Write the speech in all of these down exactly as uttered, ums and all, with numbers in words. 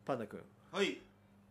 パンダ君、 はい。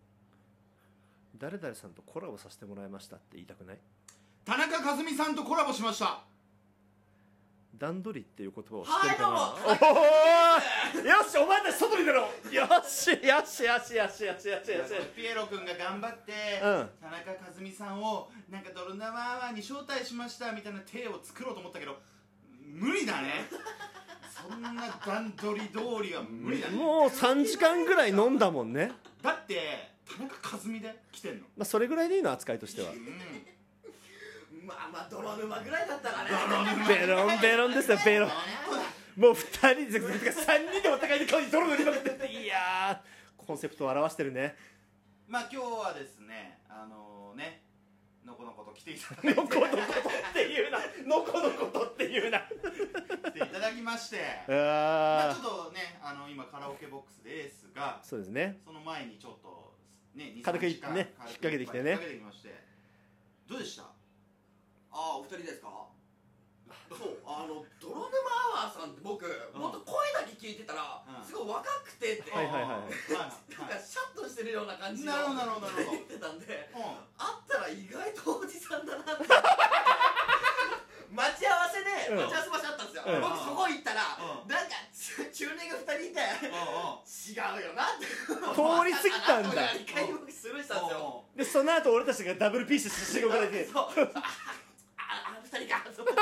誰々さんとコラボさせてもらいましたって言いたくない？ 田中和美さんとコラボしました。 段取りっていう言葉を知ってるかな？ はいおお、よし、お前たち外に出ろ。よしよしよしよしよしよしよしよし。 ピエロ君が頑張って、 うん田中和美さんをなんかドルナワーワーに招待しましたみたいな体を作ろうと思ったけど無理だね。そんな段取り通りは無理だね。 もうさんじかんぐらい飲んだもんね。 だって田中和美で来てんの。 まあそれぐらいでいいの、扱いとしては。 うん。 まあまあ泥沼ぐらいだったらね。 ベロンベロンですよ、ベロン。もうふたりでさんにんでお互いに顔に泥塗りまくってて、いやー、コンセプトを表してるね。 まあ今日はですね、あのー、ね、のこのこと来ていただいて、 のこのことっていうな、のこのことっていうな。 来ていただきまして、 あまあ、ちょー、 っとね、あの今カラオケボックスですが、 そうですね。 その前にちょっとね、に軽くさんじかんね軽く引っ掛けてきてね引っ掛けてきまして、どうでした？ ああ、お二人ですか？そう、あの泥沼アワーさんって僕、もっと声だけ聞いてたら、 うんすごい若くてって、 はいはいはい。 はいなんかシャッとしてるような感じのなるほどなるほどなるほど言ってたんで、 うん会ったら意外とおじさんだなって待ち合わせで、 うん待ち合わせ場所あったんですよ、 うん僕そこ行ったら、 うんなんか中年がふたりいて、違うよなって通り過ぎたんだ。 一回僕スルーしたんですよ。 で、その後俺たちがダブルピースして動かれて、 そうああ、ふたりかふたりか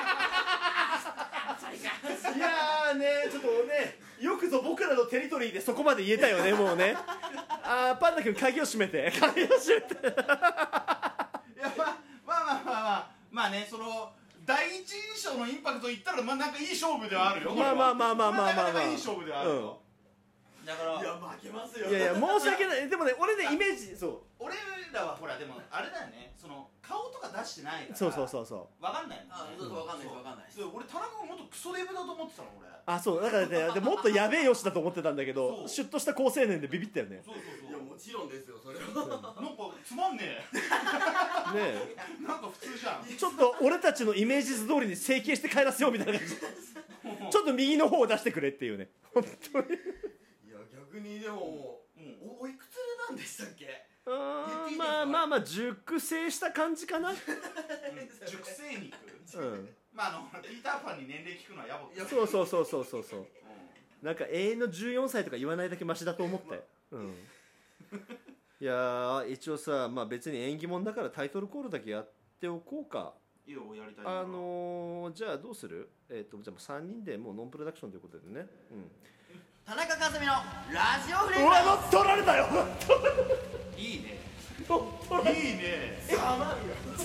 いやーね、ちょっとね、よくぞ僕らのテリトリーでそこまで言えたよね、もうね。あー、パンダ君鍵を閉めて、鍵を閉めて。 いや、まあまあまあまあまあまあね、その第一印象のインパクト言ったら、まあなんかいい勝負ではあるよ。 まあまあまあまあまあまあまあなかなかいい勝負ではあるよ。だからいや負けますよ。 いやいや、申し訳ない。でもね、俺ね、イメージ、そ俺らはほらでもあれだよね、その顔とか出してないから。 う。そうそうそうそう。 わかんないもんね。 あ、そうそう、わかんないですわかんないです。 そう俺田中君もっとクソデブだと思ってたの俺。 あ、そう。だからね、でもっとやべえよしだと思ってたんだけそど、 うシュッとした好青年でビビったよね。 そうそういやそう。 もちろんですよそれは。 なんかつまんねねえ。なんか普通じゃん。 え。ちょっと俺たちのイメージ図通りに整形して帰らせようみたいな感じ。ちょっと右の方を出してくれっていうね。本当に。 いや逆にでも、 うん、 おおいくつなんでしたっけ？ うーん、まあまあまあ熟成した感じかな。 熟成肉。 うん。 まああのピーターパンに年齢聞くのはやぼって。 そうそうそうそうそうそう。 うなんか永遠のじゅうよんさいとか言わないだけマシだと思ったよ。うん。いやー、一応さ、まあ別に縁起物だからタイトルコールだけやっておこうか。 ん。いいよやりたいなら。 あのー、じゃあどうする？えっとじゃあさんにんでもうノンプロダクションということでね。うん。 田中和美のラジオフレうわ、 ンド。 乗っ取られたよ。 いいね。 乗っ取られいいね。 サマ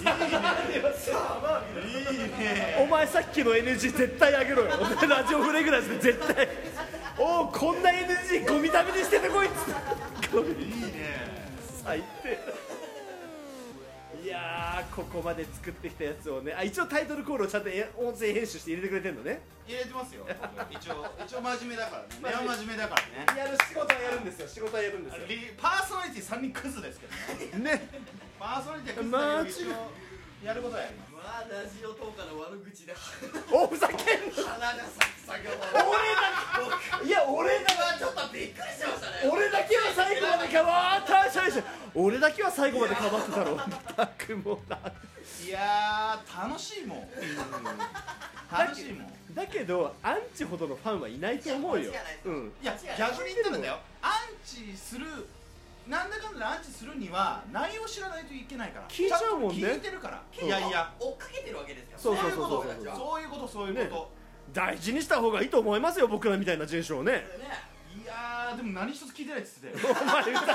いいね。 お前さっきの エヌジー 絶対あげろよ。ラジオフレグランスで絶対。おお、こんな エヌジー ゴミ食べにしててこいっつって。 いいね。 最低。いやー、ここまで作ってきたやつをね、あ、一応タイトルコールをちゃんと音声編集して入れてくれてんのね。 入れてますよ。一応一応真面目だからね。根は真面目だからね。 やる仕事はやるんですよ。仕事はやるんですよ。 リパーソナリティさんにんクズですけどね。 ね。 パーソナリティはクズだけど一応やることはやります。 まあラジオトーカーの悪口でお、ふざけんな。 鼻がサクサク。 俺だ。いや、俺だ。 ちょっとびっくりしましたね。 俺だけは最後までかばったしゃいしゃ俺だけは最後までかばってたろ。たくもな。 いやー楽しいもん。楽しいもん。 だけどアンチほどのファンはいないと思うよ。うん。 いや逆に言ったらだよ。アンチする。なんだかんだでアンチするには内容を知らないといけないから。 聞いちゃうもんね。 聞いてるから。いやいや。 追っかけてるわけですから。 そうそうそうそう。 そういうことそういうこと。 大事にした方がいいと思いますよ、僕らみたいな人種をね。 いやーでも何一つ聞いてないっつってたよ。 お前歌って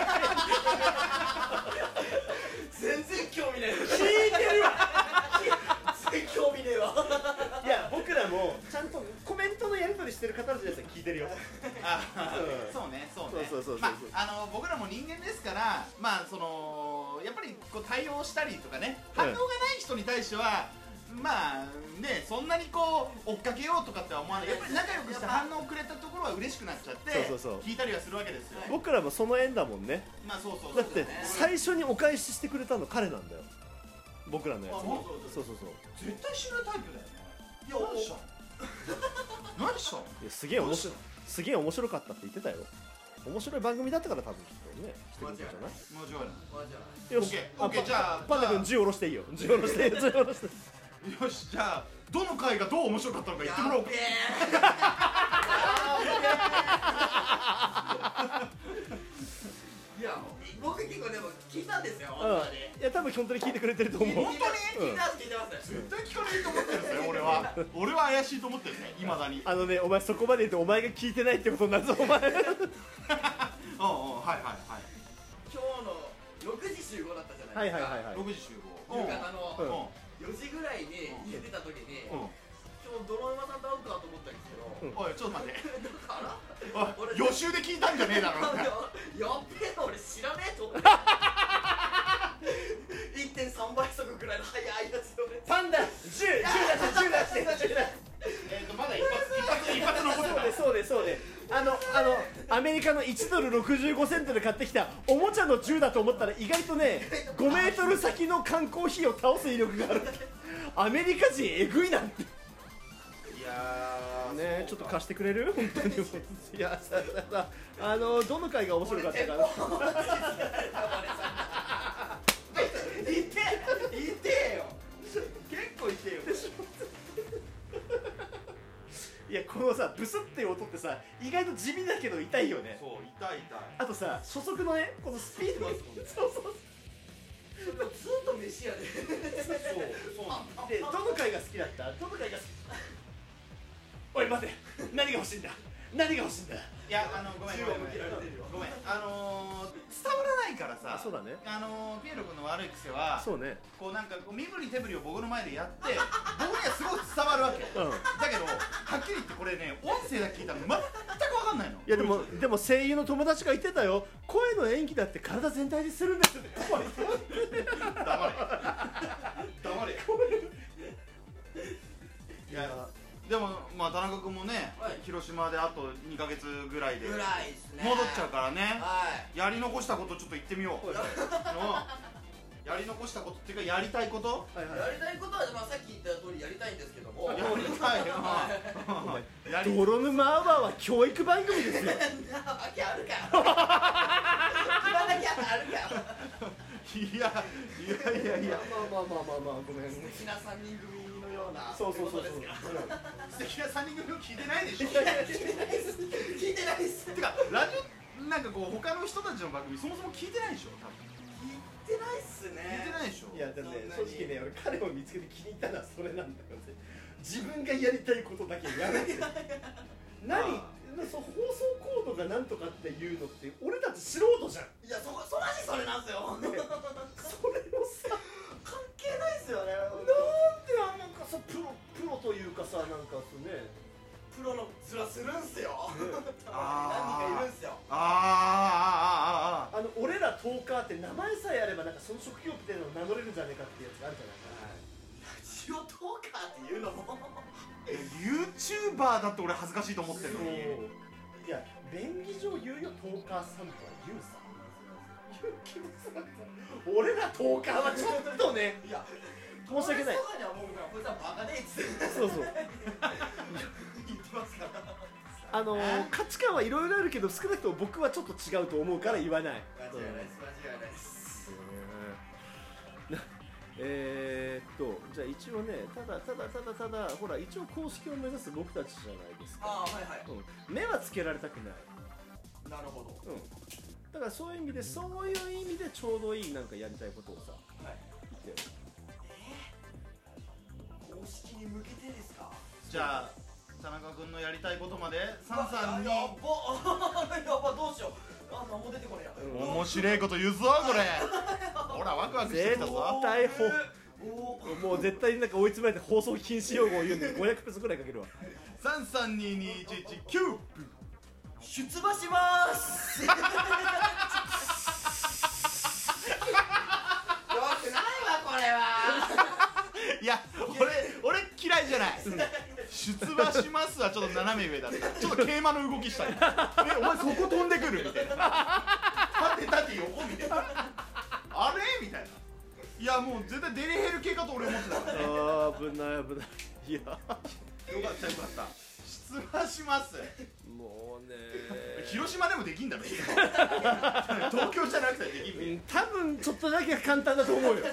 全然興味ない。 聞いてるわ。 全然興味ねえわ。 いや、僕らもちゃんとコメントのやり取りしてる方たちのやつは聞いてるよ。 あそうねそうね。 そうそうそうそう。 まああの僕らも人間ですから、まあそのやっぱりこう対応したりとかね、反応がない人に対しては。まあね、そんなにこう追っかけようとかっては思わない。やっぱり仲良くして反応をくれたところは嬉しくなっちゃってそうそうそう聞いたりはするわけですよ。 僕らもその縁だもんね。 まあそうそうそう。 だって最初にお返ししてくれたの彼なんだよ、僕らのやつも。そうそうそう。 絶対しないタイプだよね。いや何したの何したの。 いや、すげえ面白い、すげえ面白かったって言ってたよ。 面白い番組だったから多分きっとねしてくれたんじゃない？ もちろんマジやよし、 オッケーオッケーじゃあパンダ君銃下ろしていいよ。銃下ろして銃下ろしてよし、じゃあどの回がどう面白かったのか言ってもらおうか。 やべえいや僕結構でも聞いたんですよ本当に。 いや多分本当に聞いてくれてると思う。 本当に聞いた聞いてます絶対聞かないと思ってるんですよ俺は。俺は怪しいと思ってるね、いまだに。 あのね、お前そこまで言ってお前が聞いてないってことになるぞお前。 うんうん、はいはいはい。 今日のろくじ集合だったじゃないですか。 はいはいはいはい。 ろくじ集合。 夕方のうんよじぐらいに家出た時に、 うん今日泥沼さんと会うかと思ったんですけど、 うんおいちょっと待って。 だからおい予習で聞いたんじゃねえだろ。 やっべえ俺知らねえと思っていってんさんばい速ぐらいの速いやつをね。 パンダ銃銃出して銃出して銃出して。 えっとまだ一発一発一発残ってた。 そうでそうでそうで。あのあのアメリカのいちドルろくじゅうごセントで買ってきたおもちゃの銃だと思ったら意外とねごメートル先の缶コーヒーを倒す威力がある。アメリカ人えぐいなんて。 いやーね、ちょっと貸してくれる？本当に。いやささあのどの回が面白かったかな。 痛え痛えよ結構痛えよ。 いやこのさブスっていう音ってさ意外と地味だけど痛いよね。 そう痛い痛い。 あとさ初速のねこのスピード。そうそうずっと飯やで。 そうそうなんだ。 でどの回が好きだった？どの回が好き？おい待て、何が欲しいんだ？何が欲しいんだ？ いやあのごめんごめんごめんごめんあのー、伝わらないからさ。 あそうだね。 あのー、ピエロ君の悪い癖はそうね。 こうなんかこう身振り手振りを僕の前でやって僕にはすごい伝わるわけ、 うんだけどはっきり言ってこれね音声だけ聞いたら全く分かんないの。 いやでもでも声優の友達が言ってたよ。声の演技だって体全体でするんですって。 黙れ黙れ。いやでもまあ田中君もね、 はい広島であとにかげつぐらいでぐらいですね。 戻っちゃうからね。 はいやり残したことちょっと言ってみよう。うんやり残したことっていうかやりたいことはいはいやりたいことは、まあ、さっき言った通りやりたいんですけども、 やりたいよ。やり泥沼アワーは教育番組ですよ。 なわけあるか言わなきゃあるかいやいやいやいやまあまあまあまあまあごめん。 素敵なさんにん組のようなそうそうそうそう。 ことですか。 素敵なさんにん組を聞いてないでしょ。 聞いてないです聞いてないですてかラジオなんかこう他の人たちの番組そもそも聞いてないでしょ。多分聞いてないっすね。 聞いてないでしょ。 いやでもね正直ね俺彼を見つけて気に入ったのはそれなんだよね。自分がやりたいことだけやる。何？そう放送コードがなんとかっていうのって俺たち素人じゃん。 いやそこそらしそれなんですよ。 ねそれをさ関係ないっすよね。 なんであんなんかさプロプロというかさなんかそうね。 プロの面するんすよ。 ね何人かいるんすよ。 あーあーあーあーあーあの俺らトーカーって名前さえあればなんかその職業っていうのを名乗れるんじゃねえかっていうやつがあるじゃないか。 ラジオトーカーっていうのもユーチューバーだって俺恥ずかしいと思ってるのに。 いや便宜上言うよトーカーさんとは言うさ。俺らトーカーはちょっとねいや申し訳ない。 友達とかにはもうこいつはバカでっつってそうそう。 言ってますから。 あのー、価値観はいろいろあるけど少なくとも僕はちょっと違うと思うから言わない。 間違いないです間違いないです。 えーっとじゃあ一応ねただただただただほら一応公式を目指す僕たちじゃないですか。 ああはいはい。 うん、目はつけられたくない。 なるほど。 うん、だからそういう意味でそういう意味でちょうどいいなんかやりたいことをさはい。 言ってよ。 公式に向けてですか。 じゃあ田中君のやりたいことまでサンさんにやばやばどうしよう。あ何も出てこねえや。 面白いこと言うぞこれ。ほらワクワクしてきたぞ。 絶対ほおお。 もう絶対なんか追い詰めて放送禁止用語を言うんでごひゃくペースぐらいかけるわ。 さんさんににいちいちきゅう出馬しますよくないわこれはいや俺俺嫌いじゃない。出馬しますはちょっと斜め上だった。ちょっと桂馬の動きしたい。えお前そこ飛んでくるみたいな。立て立て横みたいな。あれみたいな。いやもう絶対デリヘル系かと俺思ってたからね。 あー危ない危ない。いやよかったよかった。出はしますもうね広島でもできんだろ東京じゃなくてできんね、 うん多分ちょっとだけ簡単だと思うよいや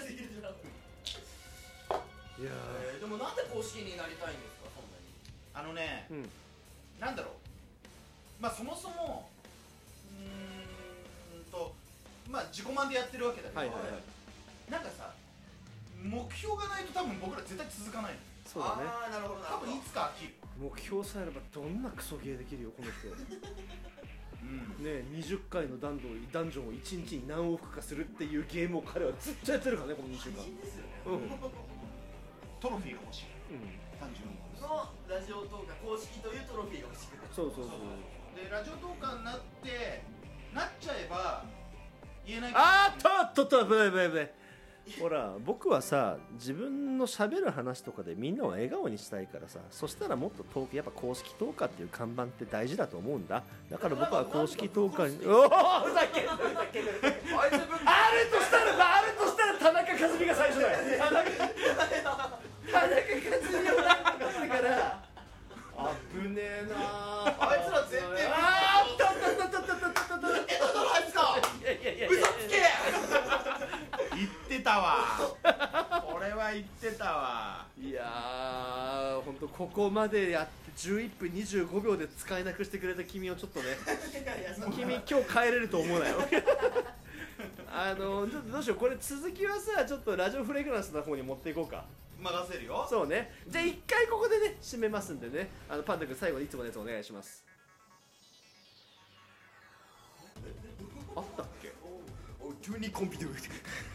えーでもなんで公式になりたいんですかそんなに。 あのね、 ーうんなんだろう、まあそもそもうーんとまあ自己満でやってるわけだけど、 はいはいはいなんかさ目標がないと多分僕ら絶対続かないの。 そうだねああなるほどなるほど。 多分いつか飽きる。 目標さえあればどんなクソゲーできるよこの人うんねにじゅっかいのダンジョンダンジョンをいちにちに何往復かするっていうゲームを彼はずっとやってるからねこのにしゅうかん。 いいですよね。 うんトロフィーが欲しいうん単純に。 のラジオトーカー公式というトロフィーが欲しくて。 そうそうそうでラジオトーカーになってなっちゃえば言えないあーっとっとっとぶれぶれぶれほら僕はさ自分のしゃべる話とかでみんなを笑顔にしたいからさそしたらもっとトークやっぱ公式トーカーっていう看板って大事だと思うんだだから僕は公式トーカーにおおふざけんなふざけんなあいつぶっあるとしたらあるとしたら田中和美が最初だよ田中田中和美をなんとかしてからあぶねえなあいつら絶対あーっとっとっとっとっとっとっとっとえだろあいつか。 いやいやいやいや嘘つけ。 言ってたわこれは言ってたわ。 いやー本当ここまでやってじゅういっぷんにじゅうごびょうで使えなくしてくれた君をちょっとね君今日帰れると思うなよあのちょっとどうしようこれ続きはさちょっとラジオフレグランスの方に持っていこうか。 任せるよ。 そうねじゃあ一回ここでね締めますんでねあのパンダ君最後にいつものやつお願いします。あったっけお急にコンビで